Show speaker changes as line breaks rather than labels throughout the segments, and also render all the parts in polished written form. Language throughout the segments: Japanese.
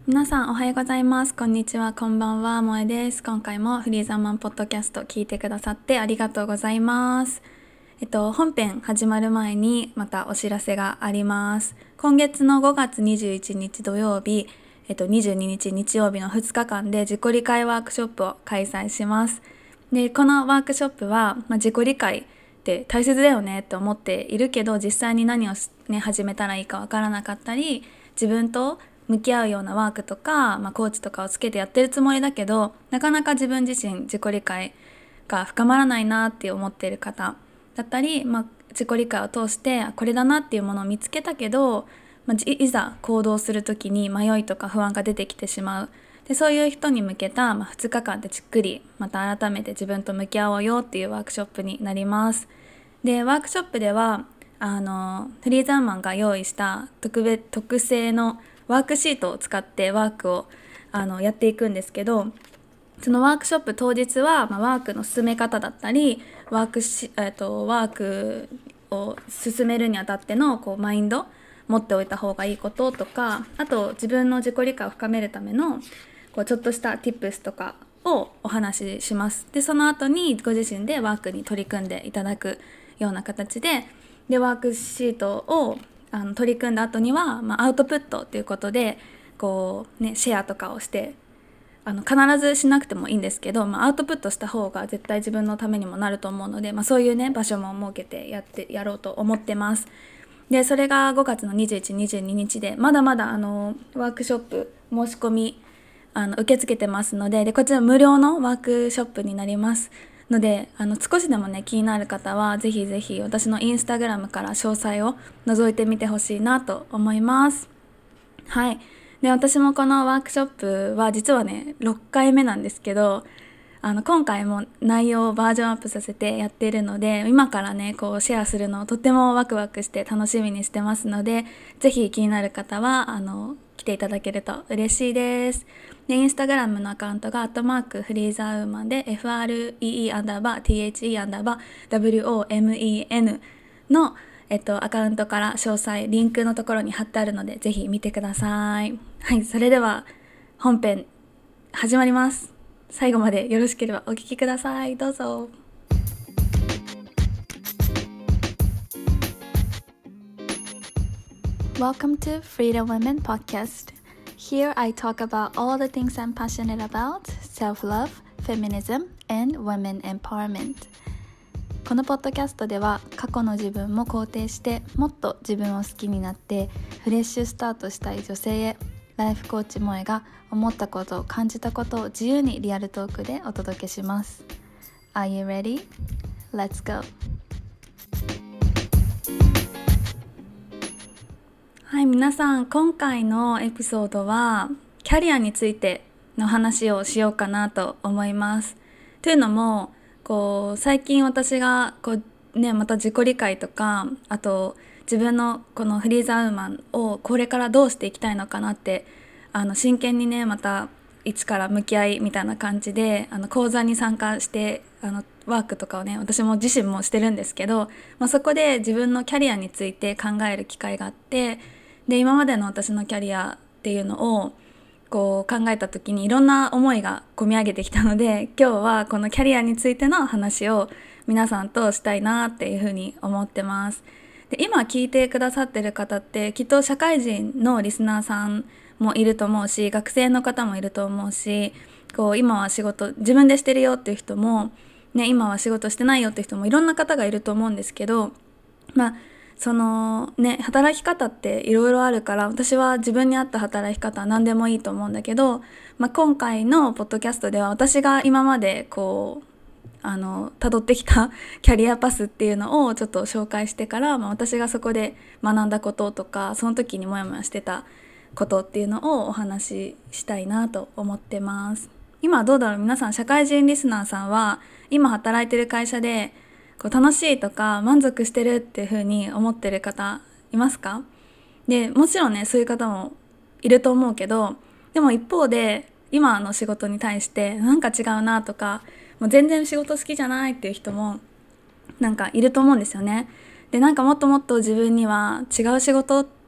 皆さんおはようございます。こんにちは、こんばんは、萌えです。今回もフリーザーマンポッドキャスト聞いてくださってありがとうございます。本編始まる前にまたお知らせがあります。今月の5月21日土曜日、22日日曜日の2日間で自己理解ワークショップを開催します。で、このワークショップは、自己理解って大切だよねって思っているけど、実際に何を、始めたらいいかわからなかったり、自分と向き合うようなワークとか、コーチとかをつけてやってるつもりだけど、なかなか自分自身自己理解が深まらないなって思っている方だったり、自己理解を通してこれだなっていうものを見つけたけど、いざ行動する時に迷いとか不安が出てきてしまう。で、そういう人に向けた、2日間でじっくりまた改めて自分と向き合おうよっていうワークショップになります。で、ワークショップではフリーザーマンが用意した特製のワークシートを使ってワークをやっていくんですけど、そのワークショップ当日は、ワークの進め方だったりワークを進めるにあたってのマインド持っておいた方がいいこととか、あと自分の自己理解を深めるためのちょっとした Tips とかをお話しします。で、その後にご自身でワークに取り組んでいただくような形でワークシートを取り組んだ後には、アウトプットということでシェアとかをして必ずしなくてもいいんですけど、アウトプットした方が絶対自分のためにもなると思うので、そういうね場所も設けてやろうと思ってます。で、それが5月の21、22日で、まだまだワークショップ申し込み受け付けてますので、こちら無料のワークショップになりますので、少しでもね気になる方はぜひぜひ私のインスタグラムから詳細を覗いてみてほしいなと思います。はい。で、私もこのワークショップは実はね6回目なんですけど、今回も内容をバージョンアップさせてやっているので、今からねシェアするのをとってもワクワクして楽しみにしてますので、ぜひ気になる方は来ていただけると嬉しいです。で、インスタグラムのアカウントがフリーザーウーマンで FREE_THE_WOMEN のアカウントから詳細リンクのところに貼ってあるので、ぜひ見てください。はい、それでは本編始まります。最後までよろしければお聞きください。どうぞ。Welcome to Freedom Women Podcast. Here I talk about all the things I'm passionate about: self-love, feminism, and women empowerment. このポッドキャストでは過去の自分も肯定してもっと自分を好きになってフレッシュスタートしたい女性へ、ライフコーチ萌が思ったこと感じたことを自由にリアルトークでお届けします。 Are you ready? Let's go. はい、皆さん、今回のエピソードはキャリアについての話をしようかなと思います。というのも最近私がまた自己理解とか、あと自分のこのフリーザーウーマンをこれからどうしていきたいのかなって真剣にねまた一から向き合いみたいな感じで講座に参加してワークとかをね私も自身もしてるんですけど、そこで自分のキャリアについて考える機会があって、で今までの私のキャリアっていうのを考えた時にいろんな思いが込み上げてきたので、今日はこのキャリアについての話を皆さんとしたいなっていうふうに思ってます。で、今聞いてくださってる方ってきっと社会人のリスナーさんもいると思うし、学生の方もいると思うし、今は仕事自分でしてるよっていう人も、今は仕事してないよっていう人もいろんな方がいると思うんですけど、そのね働き方っていろいろあるから、私は自分に合った働き方は何でもいいと思うんだけど、今回のポッドキャストでは私が今まで辿ってきたキャリアパスっていうのをちょっと紹介してから、私がそこで学んだこととか、その時にモヤモヤしてたことっていうのをお話ししたいなと思ってます。今どうだろう、皆さん社会人リスナーさんは今働いてる会社で楽しいとか満足してるっていう風に思ってる方いますか？で、もちろんねそういう方もいると思うけど、でも一方で今の仕事に対してなんか違うなとか、もう全然仕事好きじゃないっていう人もなんかいると思うんですよね。で、もっともっと自分には違う仕事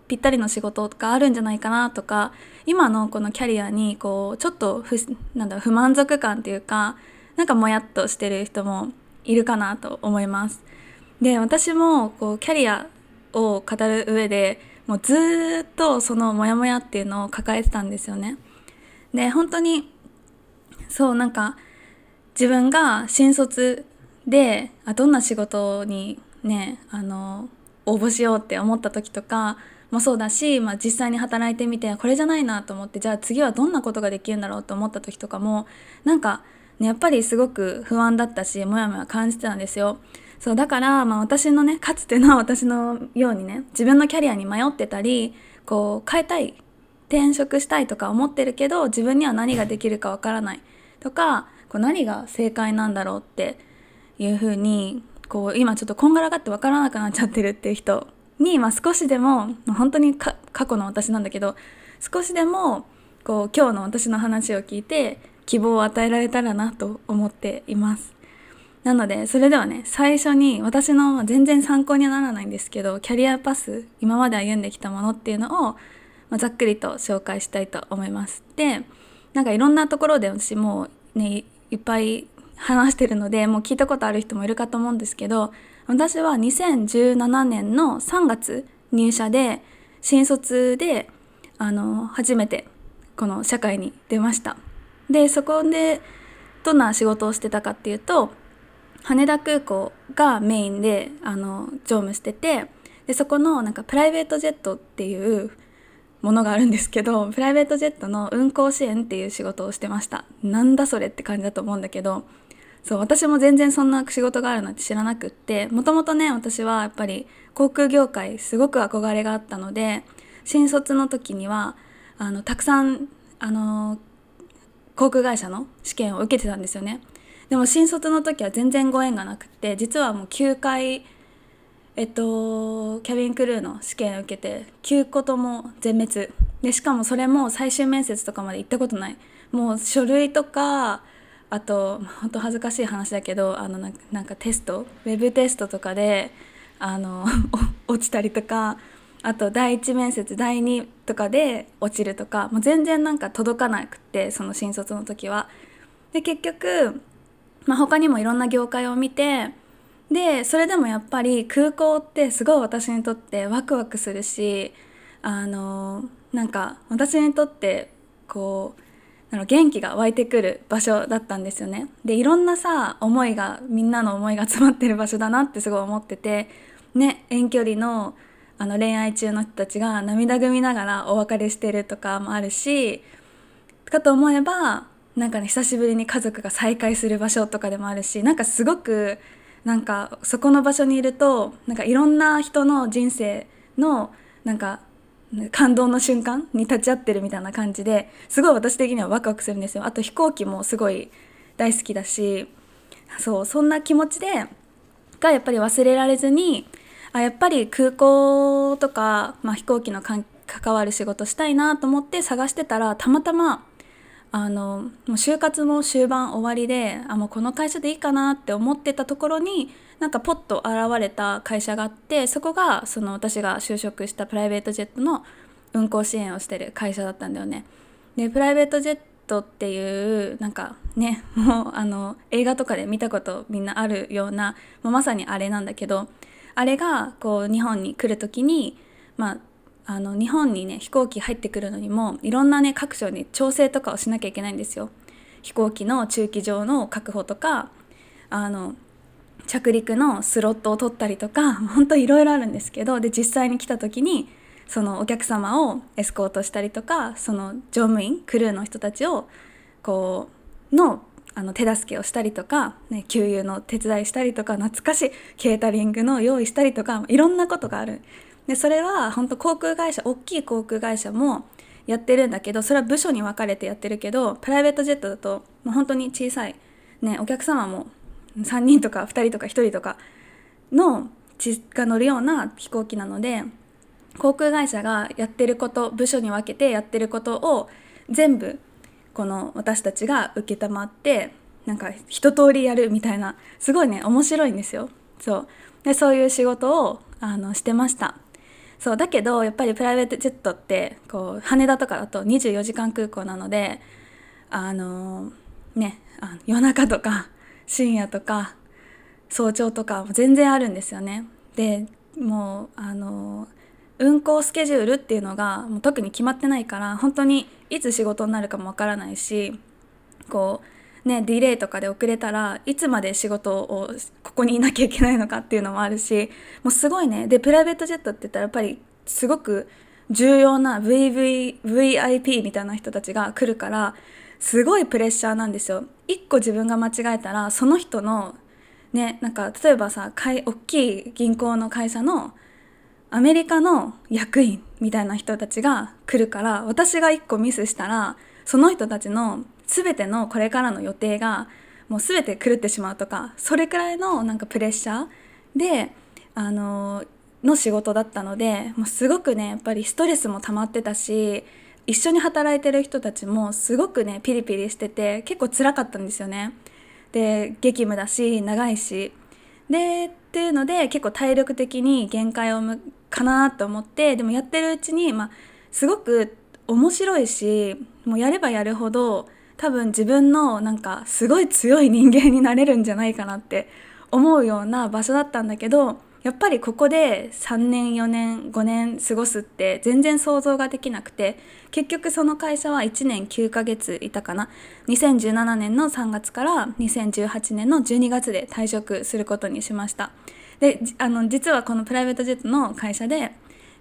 ぴったりの仕事があるんじゃないかなとか、今のこのキャリアにこうちょっと不満足感っていうか、なんかもやっとしてる人もいるかなと思います。で、私もこうキャリアを語る上でもうずーっとそのモヤモヤっていうのを抱えてたんですよね。で、本当にそう、なんか自分が新卒でどんな仕事にね応募しようって思った時とかもそうだし、実際に働いてみてこれじゃないなと思って、じゃあ次はどんなことができるんだろうと思った時とかもなんか、ね、やっぱりすごく不安だったし、もやもや感じてたんですよ。そうだから、私のね、かつての私のようにね、自分のキャリアに迷ってたり、こう変えたい、転職したいとか思ってるけど自分には何ができるかわからないとか、こう何が正解なんだろうっていう風にこう今ちょっとこんがらがってわからなくなっちゃってるっていう人に、少しでも、本当に過去の私なんだけど、少しでもこう今日の私の話を聞いて希望を与えられたらなと思っています。なのでそれではね、最初に私の全然参考にはならないんですけど、キャリアパス、今まで歩んできたものっていうのを、ざっくりと紹介したいと思います。で、なんかいろんなところで私もね、いっぱい話してるのでもう聞いたことある人もいるかと思うんですけど、私は2017年の3月入社で、新卒で初めてこの社会に出ました。で、そこでどんな仕事をしてたかっていうと、羽田空港がメインで乗務してて、でそこのなんかプライベートジェットっていうものがあるんですけど、プライベートジェットの運航支援っていう仕事をしてました。なんだそれって感じだと思うんだけど、そう、私も全然そんな仕事があるなんて知らなくって、もともとね、私はやっぱり航空業界すごく憧れがあったので、新卒の時にはたくさん航空会社の試験を受けてたんですよね。でも新卒の時は全然ご縁がなくって、実はもう9回キャビンクルーの試験を受けて9個とも全滅で、しかもそれも最終面接とかまで行ったことない。もう書類とか、あと本当恥ずかしい話だけど、なんかテスト、ウェブテストとかで落ちたりとか、あと第一面接第二とかで落ちるとか、もう全然なんか届かなくって、その新卒の時は。で結局、他にもいろんな業界を見て、でそれでもやっぱり空港ってすごい私にとってワクワクするし、なんか私にとってこう元気が湧いてくる場所だったんですよね。でいろんなさ思いが、みんなの思いが詰まってる場所だなってすごい思っててね、遠距離の恋愛中の人たちが涙ぐみながらお別れしてるとかもあるし、かと思えばなんかね、久しぶりに家族が再会する場所とかでもあるし、なんかすごくなんかそこの場所にいると、なんかいろんな人の人生のなんか感動の瞬間に立ち会ってるみたいな感じで、すごい私的にはワクワクするんですよ。あと飛行機もすごい大好きだし、そう、そんな気持ちでがやっぱり忘れられずに、やっぱり空港とか、飛行機の関わる仕事したいなと思って探してたら、たまたまもう就活も終盤終わりで、もうこの会社でいいかなって思ってたところに、なんかポッと現れた会社があって、そこがその私が就職したプライベートジェットの運航支援をしてる会社だったんだよね。でプライベートジェットっていうなんかね、もう映画とかで見たことみんなあるような、もうまさにあれなんだけど、あれがこう日本に来る時に、日本にね飛行機入ってくるのにもいろんなね各所に調整とかをしなきゃいけないんですよ。飛行機の駐機場の確保とか、着陸のスロットを取ったりとか、本当いろいろあるんですけど、で実際に来た時にそのお客様をエスコートしたりとか、その乗務員クルーの人たちをこうの手助けをしたりとか、ね、給油の手伝いしたりとか、懐かしいケータリングの用意したりとか、いろんなことがある。でそれは本当航空会社、大きい航空会社もやってるんだけど、それは部署に分かれてやってるけど、プライベートジェットだともう本当に小さい、ね、お客様も3人とか2人とか1人とかのが乗るような飛行機なので、航空会社がやってること、部署に分けてやってることを全部この私たちが受けたまって、なんか一通りやるみたいな、すごいね面白いんですよ。そういう仕事をしてました。 そうだけどやっぱりプライベートジェットってこう羽田とかだと24時間空港なので、夜中とか深夜とか早朝とか全然あるんですよね。でもう運行スケジュールっていうのがもう特に決まってないから、本当にいつ仕事になるかもわからないし、こうねディレイとかで遅れたらいつまで仕事をここにいなきゃいけないのかっていうのもあるし、もうすごいね。でプライベートジェットって言ったらやっぱりすごく重要な VIP みたいな人たちが来るから、すごいプレッシャーなんですよ。一個自分が間違えたらその人のね、なんか例えばさ、大きい銀行の会社のアメリカの役員みたいな人たちが来るから、私が一個ミスしたらその人たちの全てのこれからの予定がもう全て狂ってしまうとか、それくらいのなんかプレッシャーでの仕事だったので、もうすごくねやっぱりストレスも溜まってたし、一緒に働いてる人たちもすごくねピリピリしてて結構辛かったんですよね。で激務だし長いしでっていうので結構体力的に限界をかなと思って、でもやってるうちに、すごく面白いし、もうやればやるほど多分自分のなんかすごい強い人間になれるんじゃないかなって思うような場所だったんだけど、やっぱりここで3年4年5年過ごすって全然想像ができなくて、結局その会社は1年9ヶ月いたかな。2017年の3月から2018年の12月で退職することにしました。で実はこのプライベートジェットの会社で、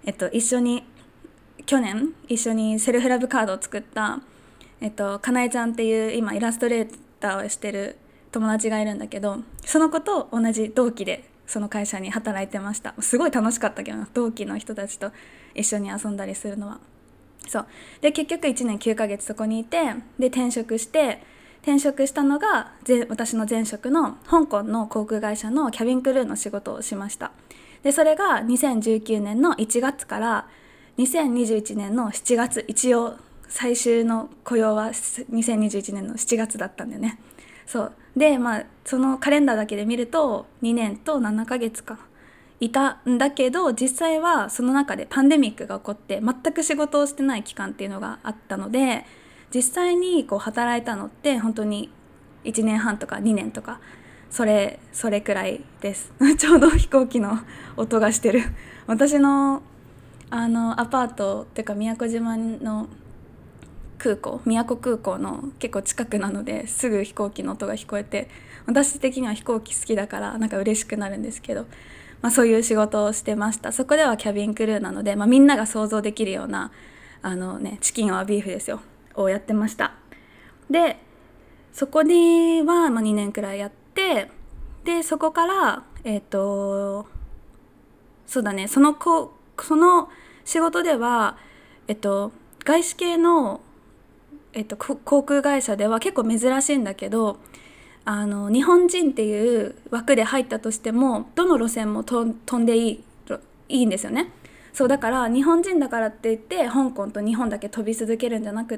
去年一緒にセルフラブカードを作った、かなえちゃんっていう今イラストレーターをしてる友達がいるんだけど、その子と同じ同期でその会社に働いてました。すごい楽しかったけどな、同期の人たちと一緒に遊んだりするのは。そうで結局1年9ヶ月そこにいて、で転職したのが私の前職の香港の航空会社のキャビンクルーの仕事をしました。でそれが2019年の1月から2021年の7月、一応最終の雇用は2021年の7月だったんだよね。そうでそのカレンダーだけで見ると2年と7ヶ月かいたんだけど、実際はその中でパンデミックが起こって全く仕事をしてない期間っていうのがあったので、実際にこう働いたのって本当に1年半とか2年とかそれくらいですちょうど飛行機の音がしてる私のアパートっていうか宮古島の宮古空港の結構近くなので、すぐ飛行機の音が聞こえて、私的には飛行機好きだからなんか嬉しくなるんですけど、そういう仕事をしてました。そこではキャビンクルーなので、みんなが想像できるようなチキンはビーフですよをやってました。でそこでは2年くらいやって、でそこからそうだね、その仕事では外資系の航空会社では結構珍しいんだけど、日本人っていう枠で入ったとしてもどの路線も飛んでいいんですよね。そうだから日本人だからって言って香港と日本だけ飛び続けるんじゃなくって、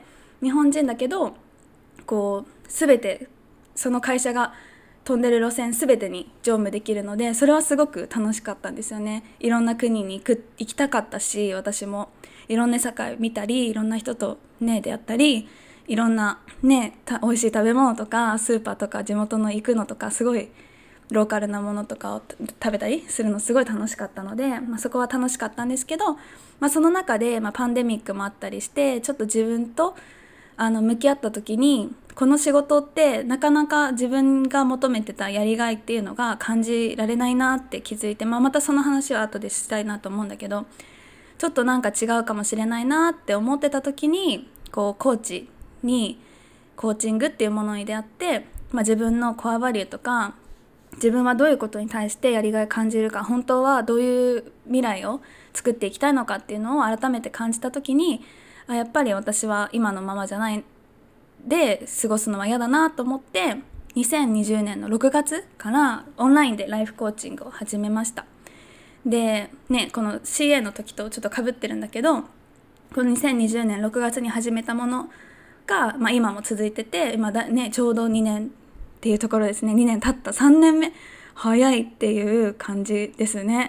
日本人だけどこう全てその会社が飛んでる路線全てに乗務できるので、それはすごく楽しかったんですよね。いろんな国に行きたかったし、私もいろんな世界見たり、いろんな人とね出会ったり、いろんなね美味しい食べ物とかスーパーとか地元の行くのとか、すごいローカルなものとかを食べたりするのすごい楽しかったので、そこは楽しかったんですけど、その中で、パンデミックもあったりして、ちょっと自分と向き合った時に、この仕事ってなかなか自分が求めてたやりがいっていうのが感じられないなって気づいて、またその話は後でしたいなと思うんだけど、ちょっとなんか違うかもしれないなって思ってた時に、こうコーチにコーチングっていうものに出会って、自分のコアバリューとか、自分はどういうことに対してやりがい感じるか、本当はどういう未来を作っていきたいのかっていうのを改めて感じた時に、やっぱり私は今のままじゃないで過ごすのは嫌だなと思って、2020年の6月からオンラインでライフコーチングを始めました。でね、この CA の時とちょっと被ってるんだけど、この2020年6月に始めたものが、今も続いてて、ちょうど2年っていうところですね。2年経った、3年目早いっていう感じですね。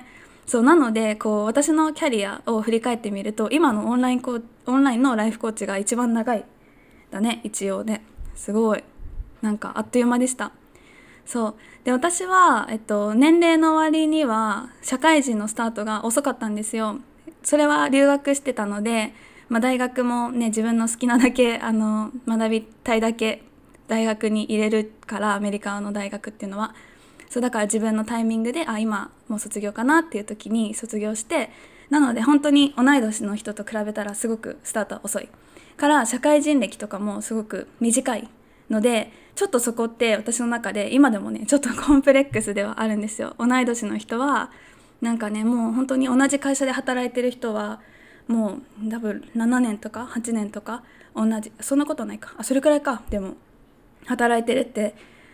そうなのでこう私のキャリアを振り返ってみると今のオンラインのライフコーチが一番長いだね。一応ね、すごいなんかあっという間でした。そうで私は、年齢の割には社会人のスタートが遅かったんですよ。それは留学してたので、大学もね自分の好きなだけ学びたいだけ大学に入れるから、アメリカの大学っていうのはそうだから自分のタイミングで今もう卒業かなっていう時に卒業して、なので本当に同い年の人と比べたらすごくスタートは遅いから社会人歴とかもすごく短いので、ちょっとそこって私の中で今でもねちょっとコンプレックスではあるんですよ。同い年の人はなんかねもう本当に同じ会社で働いてる人はもう多分7年とか8年とか同じ、そんなことないか、それくらいか、でも働いてるって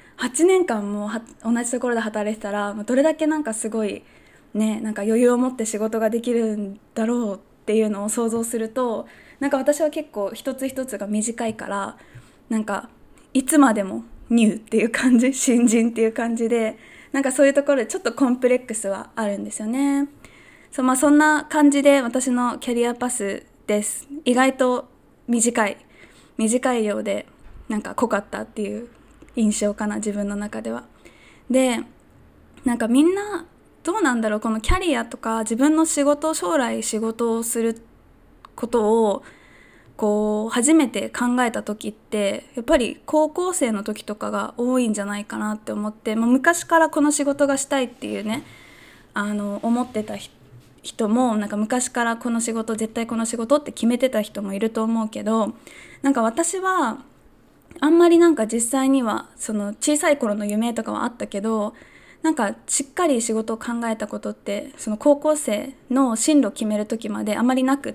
8年間も同じところで働いてたらどれだけなんかすごいねなんか余裕を持って仕事ができるんだろうっていうのを想像すると、なんか私は結構一つ一つが短いからなんかいつまでもニューっていう感じ、新人っていう感じで、なんかそういうところでちょっとコンプレックスはあるんですよね。そう、そんな感じで私のキャリアパスです。意外と短いようでなんか濃かったっていう印象かな、自分の中では。でなんかみんなどうなんだろう、このキャリアとか自分の将来仕事をすることをこう初めて考えた時ってやっぱり高校生の時とかが多いんじゃないかなって思って、昔からこの仕事がしたいっていうね思ってた人もなんか昔から絶対この仕事って決めてた人もいると思うけど、なんか私はあんまりなんか実際にはその小さい頃の夢とかはあったけど、なんかしっかり仕事を考えたことってその高校生の進路を決める時まであまりなくって、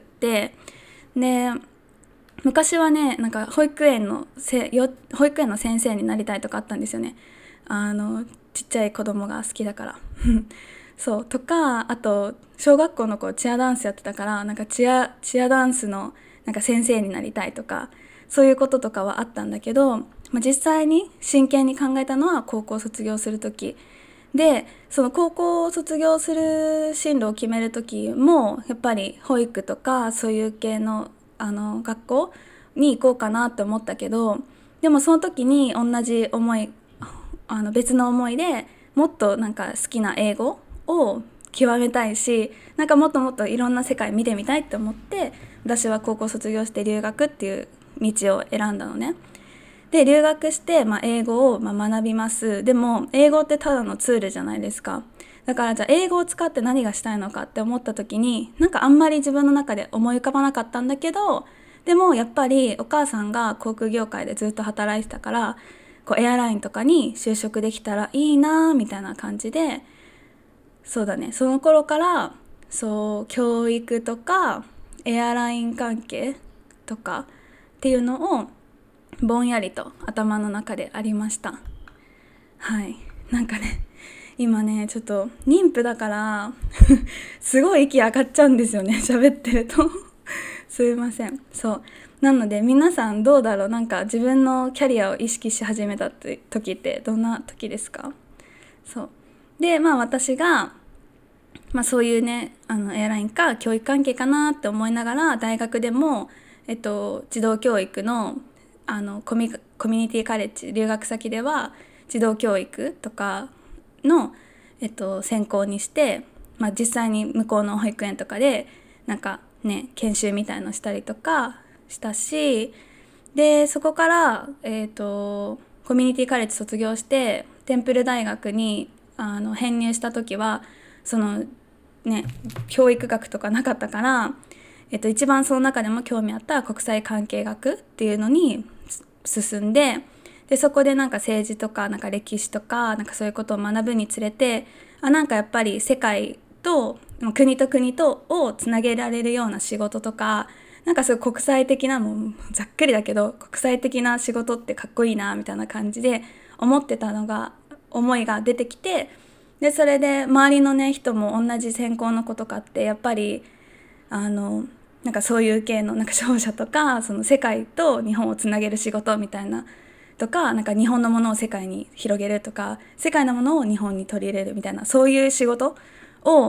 で昔はねなんか保育園の先生になりたいとかあったんですよね。ちっちゃい子供が好きだからそうとか、あと小学校の子チアダンスやってたからなんかチアダンスのなんか先生になりたいとか、そういうこととかはあったんだけど、実際に真剣に考えたのは高校卒業する時で、その高校を卒業する進路を決める時もやっぱり保育とかそういう系の学校に行こうかなって思ったけど、でもその時に同じ思い別の思いでもっとなんか好きな英語を極めたいし、なんかもっともっといろんな世界見てみたいって思って私は高校卒業して留学っていう道を選んだのね。で留学して、英語を学びます。でも英語ってただのツールじゃないですか。だからじゃあ英語を使って何がしたいのかって思った時になんかあんまり自分の中で思い浮かばなかったんだけど、でもやっぱりお母さんが航空業界でずっと働いてたからこうエアラインとかに就職できたらいいなみたいな感じで、そうだね、その頃からそう教育とかエアライン関係とかっていうのをぼんやりと頭の中でありました。はい、なんかね今ねちょっと妊婦だからすごい息上がっちゃうんですよね喋ってるとすいません。そうなので皆さんどうだろう、なんか自分のキャリアを意識し始めた時ってどんな時ですか？そうで私がそういうねエアラインか教育関係かなって思いながら大学でも児童教育のコミュニティカレッジ留学先では児童教育とかの、専攻にして、実際に向こうの保育園とかでなんかね研修みたいのしたりとかしたし、でそこから、コミュニティカレッジ卒業してテンプル大学に編入した時はそのね教育学とかなかったから、一番その中でも興味あった国際関係学っていうのに進んで、そこでなんか政治とかなんか歴史とかなんかそういうことを学ぶにつれて、なんかやっぱり世界と国と国とをつなげられるような仕事とか、なんかそういう国際的な、もうざっくりだけど国際的な仕事ってかっこいいなみたいな感じで思いが出てきて、でそれで周りのね人も同じ専攻の子とかってやっぱりなんかそういう系のなんか商社とかその世界と日本をつなげる仕事みたいなとか、なんか日本のものを世界に広げるとか世界のものを日本に取り入れるみたいなそういう仕事を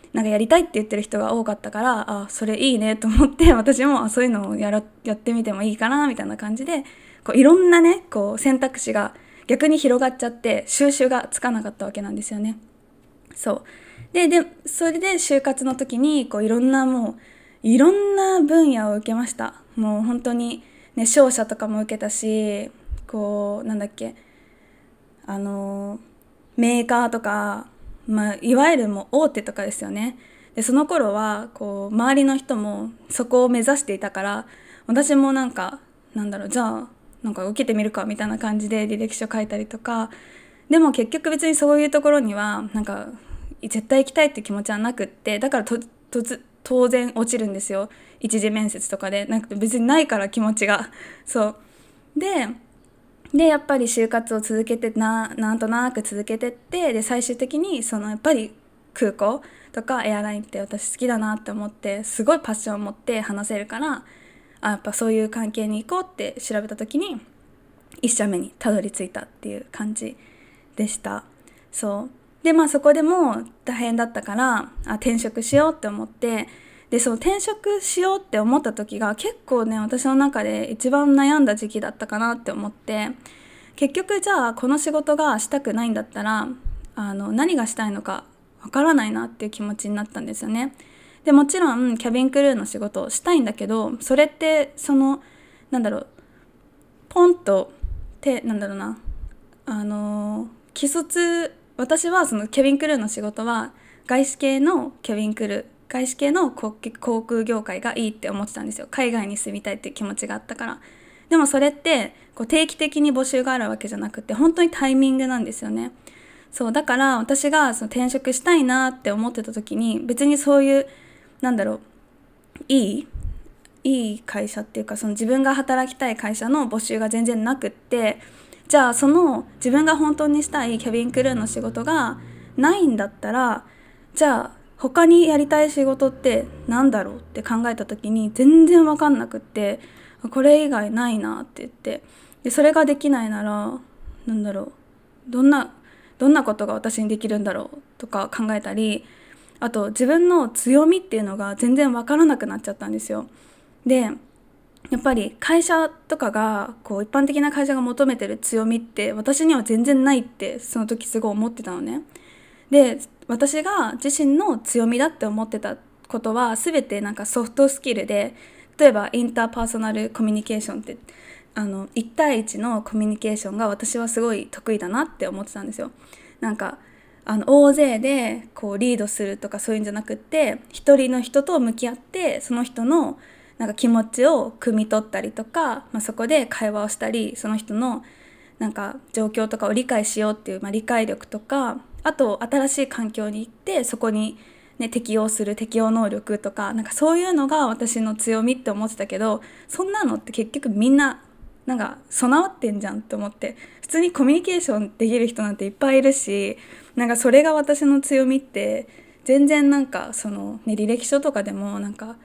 なんかやりたいって言ってる人が多かったから、それいいねと思って私もそういうのをやってみてもいいかなみたいな感じで、こういろんなねこう選択肢が逆に広がっちゃって収集がつかなかったわけなんですよね。そうでそれで就活の時にこういろんな分野を受けました。もう本当にね、商社とかも受けたし、こうなんだっけ、メーカーとか、いわゆるもう大手とかですよね。でその頃はこう周りの人もそこを目指していたから、私もなんかじゃあなんか受けてみるかみたいな感じで履歴書書いたりとか。でも結局別にそういうところにはなんか絶対行きたいって気持ちはなくって、だから当然落ちるんですよ、一次面接とかで。なんか別にないから気持ちがそうでやっぱり就活を続けてなんとなく続けてって、で最終的にやっぱり空港とかエアラインって私好きだなって思って、すごいパッションを持って話せるから、やっぱそういう関係に行こうって調べた時に一社目にたどり着いたっていう感じでした。そうでそこでも大変だったから、転職しようって思って、で転職しようって思った時が結構ね、私の中で一番悩んだ時期だったかなって思って、結局じゃあこの仕事がしたくないんだったら何がしたいのかわからないなっていう気持ちになったんですよね。でもちろんキャビンクルーの仕事をしたいんだけど、それってポンと既卒、私はそのキャビンクルーの仕事は外資系のキャビンクルー、外資系の航空業界がいいって思ってたんですよ。海外に住みたいっていう気持ちがあったから。でもそれってこう定期的に募集があるわけじゃなくて、本当にタイミングなんですよね。そうだから私が転職したいなって思ってた時に、別にそういういいいい会社っていうか、自分が働きたい会社の募集が全然なくって、じゃあ自分が本当にしたいキャビンクルーの仕事がないんだったら、じゃあ他にやりたい仕事ってなんだろうって考えた時に全然分かんなくって、これ以外ないなって言って、でそれができないならどんなことが私にできるんだろうとか考えたり、あと自分の強みっていうのが全然分からなくなっちゃったんですよ。でやっぱり会社とかがこう一般的な会社が求めてる強みって私には全然ないって、その時すごい思ってたのね。で私が自身の強みだって思ってたことは全てソフトスキルで、例えばインターパーソナルコミュニケーションって、1対1のコミュニケーションが私はすごい得意だなって思ってたんですよ。大勢でこうリードするとかそういうんじゃなくって、一人の人と向き合ってその人の気持ちを汲み取ったりとか、そこで会話をしたり、その人の状況とかを理解しようっていう、理解力とか、あと新しい環境に行ってそこに、適応する適応能力とか、そういうのが私の強みって思ってたけど、そんなのって結局みんな備わってんじゃんって思って、普通にコミュニケーションできる人なんていっぱいいるし、それが私の強みって全然履歴書とかでも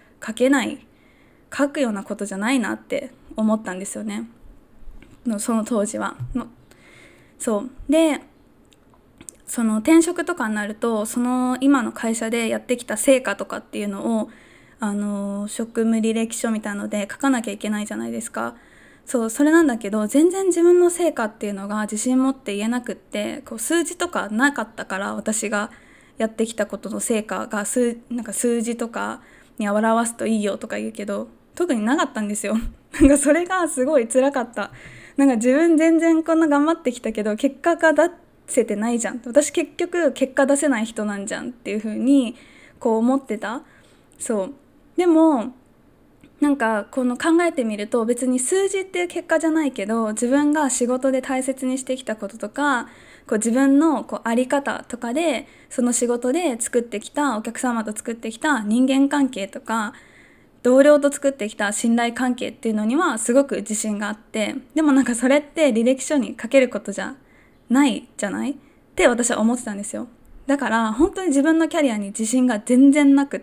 書くようなことじゃないなって思ったんですよね、その当時は。そうで転職とかになると、今の会社でやってきた成果とかっていうのを職務履歴書みたいので書かなきゃいけないじゃないですか。それなんだけど、全然自分の成果っていうのが自信持って言えなくって、こう数字とかなかったから、私がやってきたことの成果が数字とかに表すといいよとか言うけど、特になかったんですよ。それがすごい辛かった。自分全然こんな頑張ってきたけど結果が出せてないじゃん、私結局結果出せない人なんじゃんっていう風にこう思ってた。でもこの考えてみると、別に数字っていう結果じゃないけど、自分が仕事で大切にしてきたこととか、こう自分の在り方とかで、その仕事で作ってきたお客様と作ってきた人間関係とか、同僚と作ってきた信頼関係っていうのにはすごく自信があって、でもそれって履歴書に書けることじゃないじゃないって私は思ってたんですよ。だから本当に自分のキャリアに自信が全然なくって、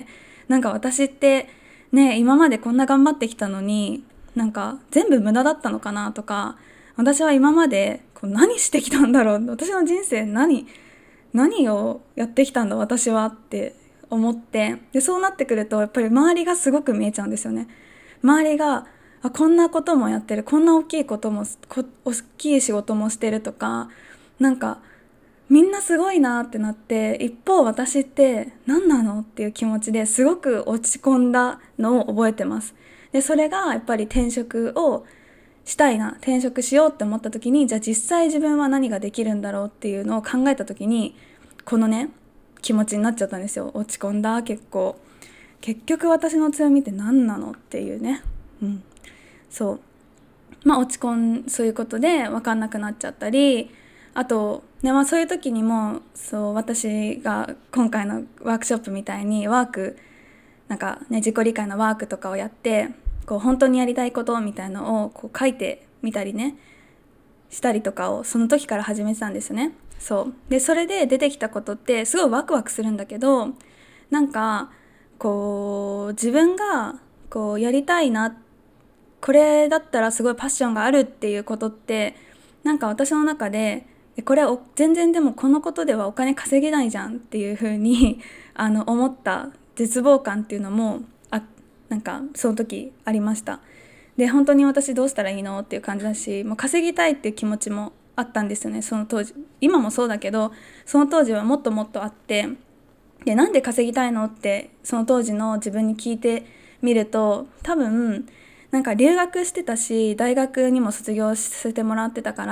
私ってね、今までこんな頑張ってきたのに全部無駄だったのかなとか、私は今まで何してきたんだろう、私の人生何をやってきたんだ私はって思って、でそうなってくるとやっぱり周りがすごく見えちゃうんですよね。周りがこんなこともやってる、こんな大きいことも大きい仕事もしてるとか、なんかみんなすごいなってなって、一方私って何なのっていう気持ちですごく落ち込んだのを覚えてます。でそれがやっぱり転職をしたいな、転職しようって思った時に、じゃあ実際自分は何ができるんだろうっていうのを考えた時に、このね気持ちになっちゃったんですよ。落ち込んだ。結局私の強みって何なのっていうね。そう落ち込んそういうことで分かんなくなっちゃったり、あと、ねそういう時にも私が今回のワークショップみたいに自己理解のワークとかをやって、本当にやりたいことみたいのを書いてみたりねしたりとかをその時から始めてたんですよね。でそれで出てきたことってすごいワクワクするんだけど、自分がやりたいな、これだったらすごいパッションがあるっていうことって、私の中でこれ全然でもこのことではお金稼げないじゃんっていう風に思った絶望感っていうのもその時ありました。で本当に私どうしたらいいのっていう感じだし、もう稼ぎたいっていう気持ちもあったんですよね、その当時。今もそうだけどその当時はもっともっとあって、でなんで稼ぎたいのってその当時の自分に聞いてみると、多分留学してたし大学にも卒業させてもらってたから、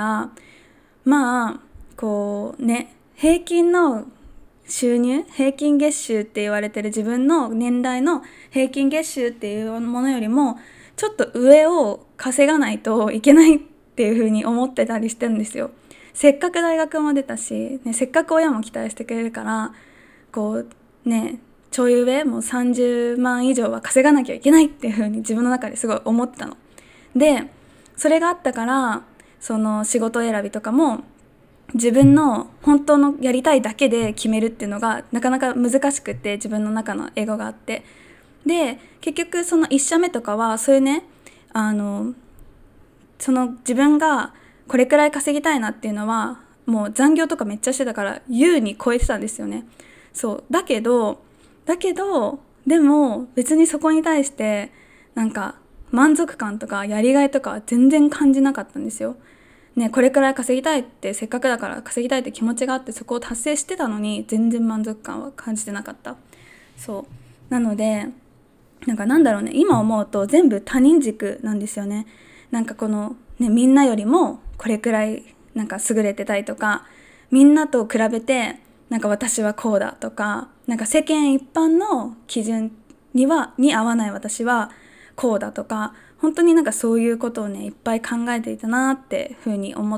平均の収入、平均月収って言われてる自分の年代の平均月収っていうものよりもちょっと上を稼がないといけないっていう風に思ってたりしてるんですよ。せっかく大学も出たし、せっかく親も期待してくれるから、ちょい上もう30万以上は稼がなきゃいけないっていう風に自分の中ですごい思ってたの。でそれがあったから、その仕事選びとかも自分の本当のやりたいだけで決めるっていうのがなかなか難しくて、自分の中のエゴがあって、で結局その1社目とかはそういうね、その自分がこれくらい稼ぎたいなっていうのはもう残業とかめっちゃしてたから優に超えてたんですよね。だけどでも別にそこに対して満足感とかやりがいとかは全然感じなかったんですよ。これくらい稼ぎたいって、せっかくだから稼ぎたいって気持ちがあってそこを達成してたのに全然満足感は感じてなかった。なので今思うと全部他人軸なんですよね。みんなよりもこれくらい優れてたいとか、みんなと比べて私はこうだとか、世間一般の基準に合わない私はこうだとか、本当にそういうことをねいっぱい考えていたなってふうに思って、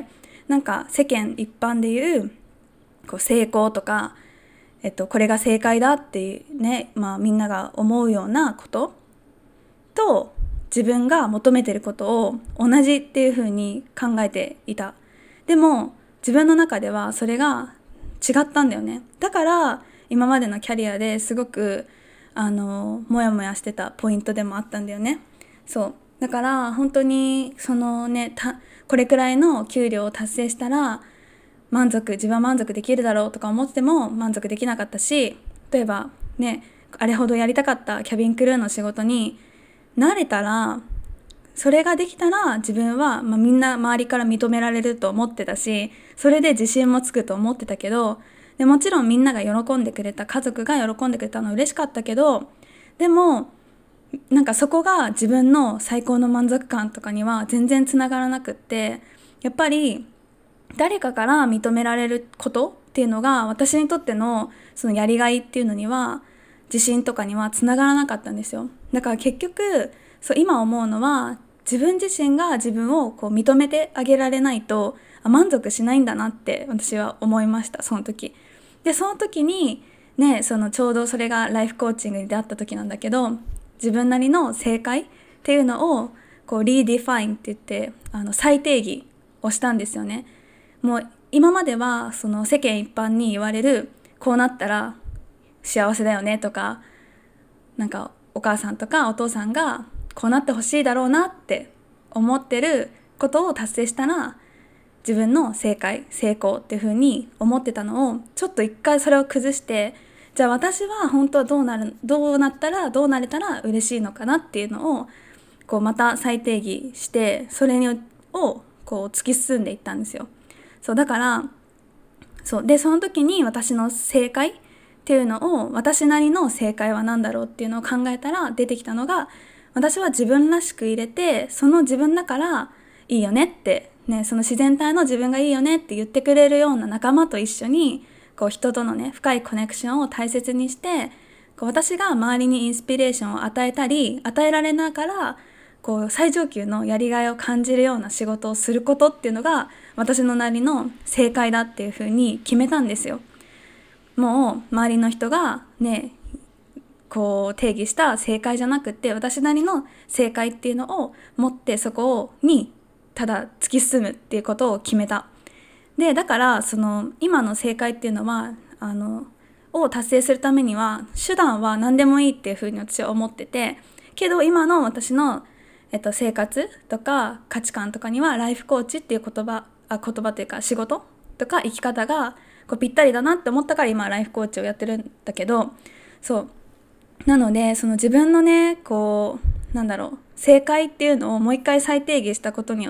世間一般でいう成功とか、これが正解だっていうね、みんなが思うようなことと自分が求めてることを同じっていうふうに考えていた。でも自分の中ではそれが違ったんだよね。だから今までのキャリアですごくモヤモヤしてたポイントでもあったんだよね。だから本当にこれくらいの給料を達成したら自分は満足できるだろうとか思っても満足できなかったし、例えばあれほどやりたかったキャビンクルーの仕事に慣れたら、それができたら自分は、みんな周りから認められると思ってたし、それで自信もつくと思ってたけど、でもちろんみんなが喜んでくれた、家族が喜んでくれたのは嬉しかったけど、でもそこが自分の最高の満足感とかには全然つながらなくって、やっぱり誰かから認められることっていうのが私にとってのそのやりがいっていうのには、自信とかにはつながらなかったんですよ。だから結局今思うのは、自分自身が自分を認めてあげられないと満足しないんだなって私は思いました、その時。でその時にちょうどそれがライフコーチングに出会った時なんだけど、自分なりの正解っていうのをリーディファインって言って再定義をしたんですよね。もう今まではその世間一般に言われるこうなったら幸せだよねとか、お母さんとかお父さんがこうなってほしいだろうなって思ってることを達成したら自分の正解成功っていう風に思ってたのを、ちょっと一回それを崩して、 じゃあ私は本当はどうなったらどうなれたら嬉しいのかなっていうのをこうまた再定義して、それをこう突き進んでいったんですよ。そうだからその時に私の正解っていうのを、私なりの正解は何だろうっていうのを考えたら出てきたのが、私は自分らしく入れて、その自分だからいいよねってね、その自然体の自分がいいよねって言ってくれるような仲間と一緒にこう人とのね深いコネクションを大切にして、こう私が周りにインスピレーションを与えたり与えられながらこう最上級のやりがいを感じるような仕事をすることっていうのが私のなりの正解だっていうふうに決めたんですよ。もう周りの人がねこう定義した正解じゃなくって、私なりの正解っていうのを持って、そこにただ突き進むっていうことを決めた。でだからその今の正解っていうのはを達成するためには手段は何でもいいっていうふうに私は思ってて、けど今の私の、生活とか価値観とかにはライフコーチっていう言葉というか仕事とか生き方がこうぴったりだなって思ったから今ライフコーチをやってるんだけど、そうなのでその自分のねこう正解っていうのをもう一回再定義したことによって、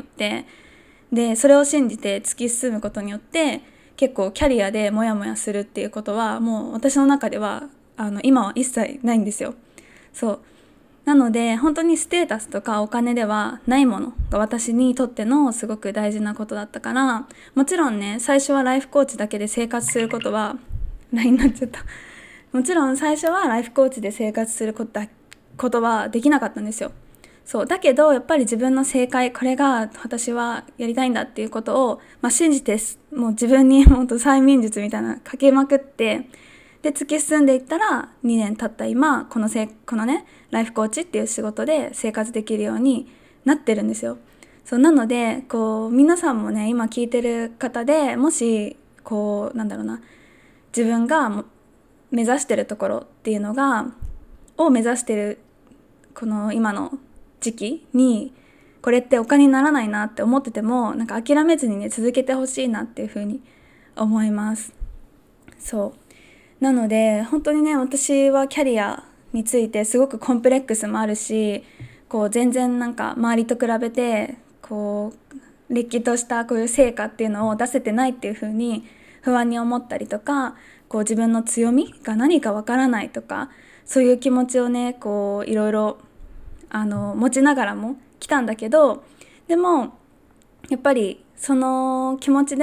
でそれを信じて突き進むことによって結構キャリアでモヤモヤするっていうことはもう私の中では今は一切ないんですよ。そうなので本当にステータスとかお金ではないものが私にとってのすごく大事なことだったから、もちろんね最初はライフコーチだけで生活することはLINE になっちゃったもちろん最初はライフコーチで生活することはできなかったんですよ。そうだけどやっぱり自分の正解、これが私はやりたいんだっていうことを、信じてもう自分にもっと催眠術みたいなかけまくって、で突き進んでいったら2年経った今このねライフコーチっていう仕事で生活できるようになってるんですよ。そうなのでこう皆さんもね今聞いてる方でもしこう自分が目指してるところっていうのを目指してるこの今の時期にこれってお金にならないなって思ってても諦めずにね続けてほしいなっていうふうに思います。そうなので本当にね私はキャリアについてすごくコンプレックスもあるし、こう全然周りと比べてこうれっきとしたこういう成果っていうのを出せてないっていうふうに不安に思ったりとか、こう自分の強みが何かわからないとか、そういう気持ちをねこういろいろ持ちながらも来たんだけど、でもやっぱりその気持ち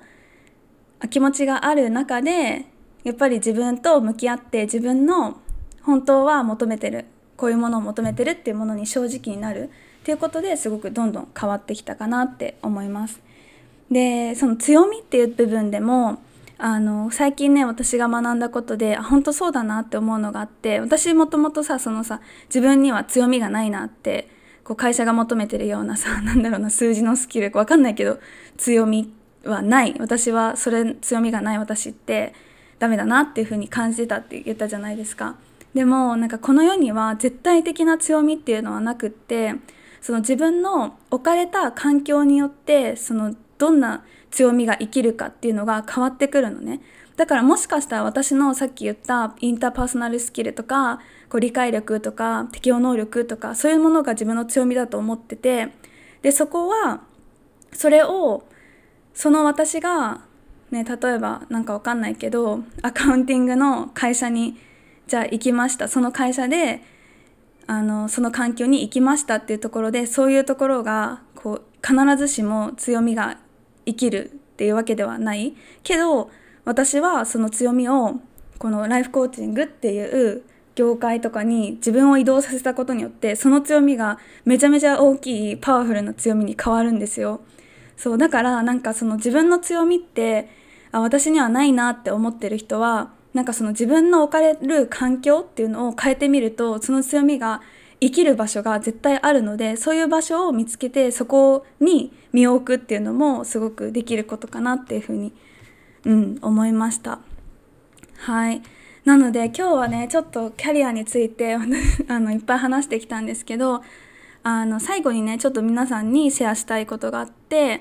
がある中でやっぱり自分と向き合って、自分の本当は求めてるこういうものを求めてるっていうものに正直になるっていうことですごくどんどん変わってきたかなって思います。でその強みっていう部分でも最近ね私が学んだことで本当そうだなって思うのがあって、私もともと自分には強みがないなってこう会社が求めてるような数字のスキルわかんないけど強みはない、私は強みがない私ってダメだなっていう風に感じてたって言ったじゃないですか。でもこの世には絶対的な強みっていうのはなくって、その自分の置かれた環境によってどんな強みが生きるかっていうのが変わってくるのね。だからもしかしたら私のさっき言ったインターパーソナルスキルとかこう理解力とか適応能力とかそういうものが自分の強みだと思ってて、でそれをその私がね、例えばわかんないけどアカウンティングの会社にじゃあ行きました、その会社でその環境に行きましたっていうところで、そういうところがこう必ずしも強みが生きるっていうわけではないけど、私はその強みをこのライフコーチングっていう業界とかに自分を移動させたことによって、その強みがめちゃめちゃ大きいパワフルな強みに変わるんですよ。そうだからその自分の強みって私にはないなって思ってる人はその自分の置かれる環境っていうのを変えてみると、その強みが生きる場所が絶対あるので、そういう場所を見つけてそこに身を置くっていうのもすごくできることかなっていうふうに、思いました。はい。なので今日はねちょっとキャリアについていっぱい話してきたんですけど、最後にねちょっと皆さんにシェアしたいことがあって、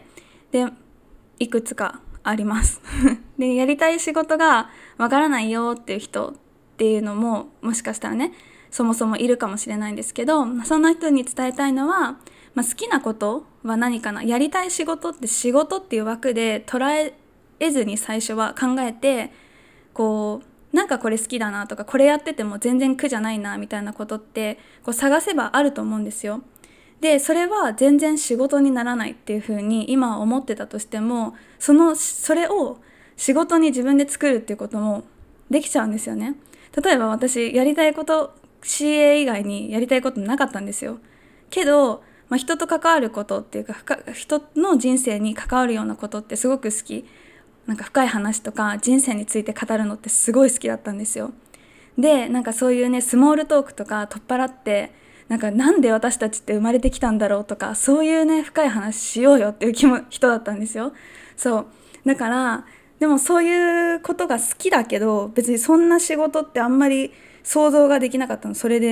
でいくつかありますでやりたい仕事がわからないよっていう人っていうのももしかしたらねそもそもいるかもしれないんですけど、そんな人に伝えたいのは、好きなことは何かな、やりたい仕事って仕事っていう枠で捉えずに最初は考えて、なんかこれ好きだなとか、これやってても全然苦じゃないなみたいなことって探せばあると思うんですよ。でそれは全然仕事にならないっていう風に今は思ってたとしても、それを仕事に自分で作るっていうこともできちゃうんですよね。例えば私やりたいこと CA 以外にやりたいことなかったんですよ。けど、人と関わることっていうか人の人生に関わるようなことってすごく好き。なんか深い話とか人生について語るのってすごい好きだったんですよ。でなんかそういうねスモールトークとか取っ払って、なんで私たちって生まれてきたんだろうとか、そういうね深い話しようよっていう人だったんですよ。そうだからでもそういうことが好きだけど、別にそんな仕事ってあんまり想像ができなかったの。それで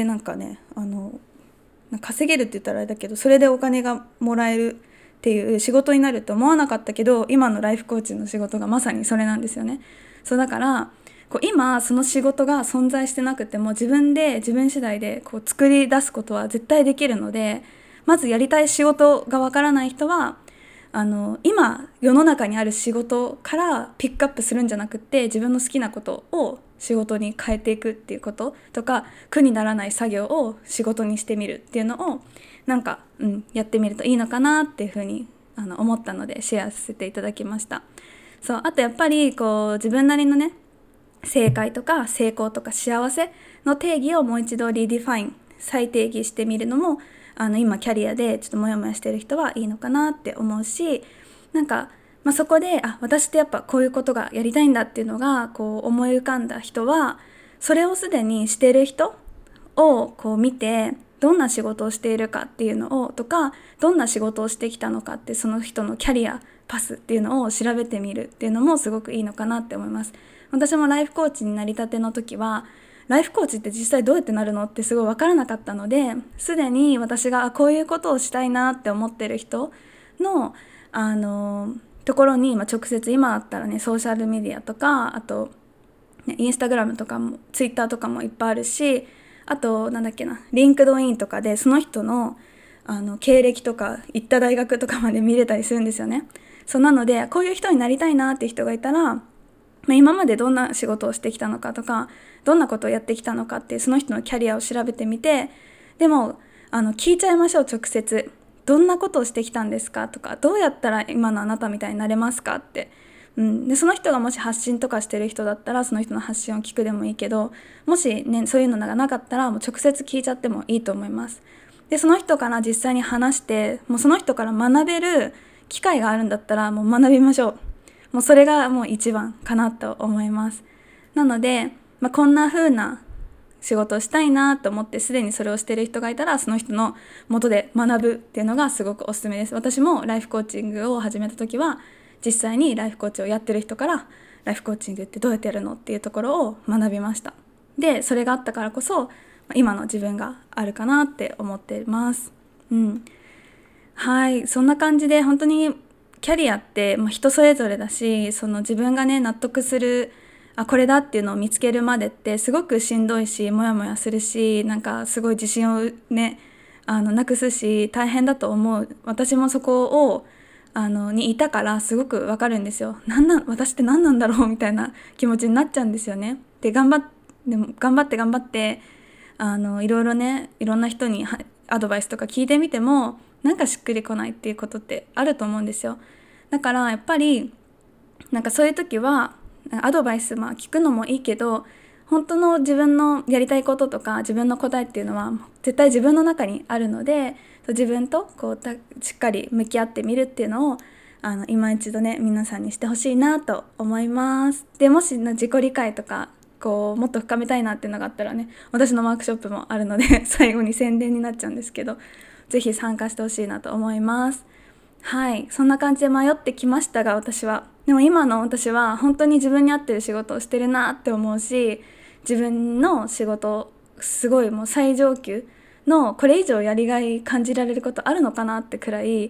稼げるって言ったらあれだけど、それでお金がもらえるっていう仕事になると思わなかったけど、今のライフコーチの仕事がまさにそれなんですよね。そうだから今その仕事が存在してなくても自分次第で作り出すことは絶対できるので、まずやりたい仕事がわからない人は今世の中にある仕事からピックアップするんじゃなくって、自分の好きなことを仕事に変えていくっていうこととか、苦にならない作業を仕事にしてみるっていうのをやってみるといいのかなっていうふうに思ったのでシェアさせていただきました。あとやっぱり自分なりのね正解とか成功とか幸せの定義をもう一度リディファイン再定義してみるのも今キャリアでちょっとモヤモヤしてる人はいいのかなって思うし、そこで私ってやっぱこういうことがやりたいんだっていうのが思い浮かんだ人は、それをすでにしてる人を見て、どんな仕事をしているかっていうのをとか、どんな仕事をしてきたのかって、その人のキャリアパスっていうのを調べてみるっていうのもすごくいいのかなって思います。私もライフコーチになりたての時は、ライフコーチって実際どうやってなるのってすごい分からなかったので、すでに私がこういうことをしたいなって思ってる人のところに、直接今だったらねソーシャルメディアとか、あと、インスタグラムとかもツイッターとかもいっぱいあるし、あとリンクドインとかでその人の経歴とか行った大学とかまで見れたりするんですよね。そうなので、こういう人になりたいなっていう人がいたら、今までどんな仕事をしてきたのかとか、どんなことをやってきたのかっていうその人のキャリアを調べてみて、でも聞いちゃいましょう。直接どんなことをしてきたんですかとか、どうやったら今のあなたみたいになれますかって、でその人がもし発信とかしてる人だったらその人の発信を聞くでもいいけど、もしねそういうのがなかったらもう直接聞いちゃってもいいと思います。でその人から実際に話して、もうその人から学べる機会があるんだったらもう学びましょう。もうそれがもう一番かなと思います。なので、こんな風な仕事をしたいなと思ってすでにそれをしている人がいたら、その人の元で学ぶっていうのがすごくおすすめです。私もライフコーチングを始めた時は実際にライフコーチをやってる人からライフコーチングってどうやってやるのっていうところを学びました。でそれがあったからこそ今の自分があるかなって思っています。はい、そんな感じで本当にキャリアって、人それぞれだし、その自分がね納得するこれだっていうのを見つけるまでってすごくしんどいし、モヤモヤするし、すごい自信をねなくすし大変だと思う。私もそこをにいたからすごくわかるんですよ。私って何なんだろうみたいな気持ちになっちゃうんですよね。で頑張っていろいろねいろんな人にアドバイスとか聞いてみてもしっくりこないっていうことってあると思うんですよ。だからやっぱりそういう時はアドバイス聞くのもいいけど、本当の自分のやりたいこととか自分の答えっていうのは絶対自分の中にあるので、自分としっかり向き合ってみるっていうのを今一度ね皆さんにしてほしいなと思います。でもし自己理解とかもっと深めたいなっていうのがあったらね、私のワークショップもあるので最後に宣伝になっちゃうんですけど、ぜひ参加してほしいなと思います。はい、そんな感じで迷ってきましたが、私はでも今の私は本当に自分に合ってる仕事をしてるなって思うし、自分の仕事すごいもう最上級のこれ以上やりがい感じられることあるのかなってくらい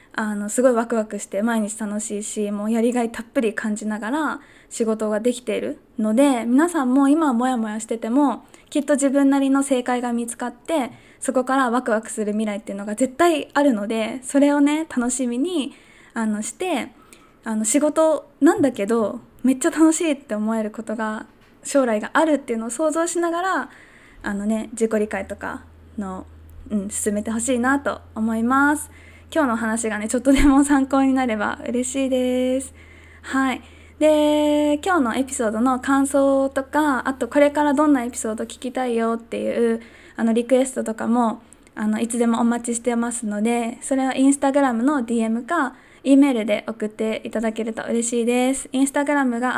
すごいワクワクして毎日楽しいし、もうやりがいたっぷり感じながら仕事ができているので、皆さんも今はモヤモヤしててもきっと自分なりの正解が見つかって、そこからワクワクする未来っていうのが絶対あるので、それをね楽しみにして仕事なんだけどめっちゃ楽しいって思えることが将来があるっていうのを想像しながら自己理解とかの、進めてほしいなと思います。今日の話がねちょっとでも参考になれば嬉しいです。はい。で、今日のエピソードの感想とか、あとこれからどんなエピソード聞きたいよっていうリクエストとかもいつでもお待ちしてますので、それはインスタグラムの DM か E メールで送っていただけると嬉しいです。インスタグラムが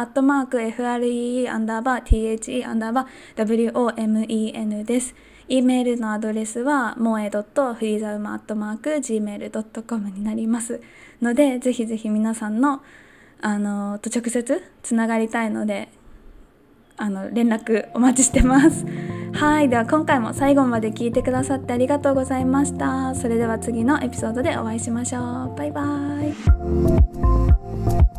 @FREE_WOMEN です。E メールのアドレスは moe.freezauma@gmail.com になりますので、ぜひぜひ皆さんのと直接つながりたいので連絡お待ちしてます。はい、では今回も最後まで聞いてくださってありがとうございました。それでは次のエピソードでお会いしましょう。バイバイ。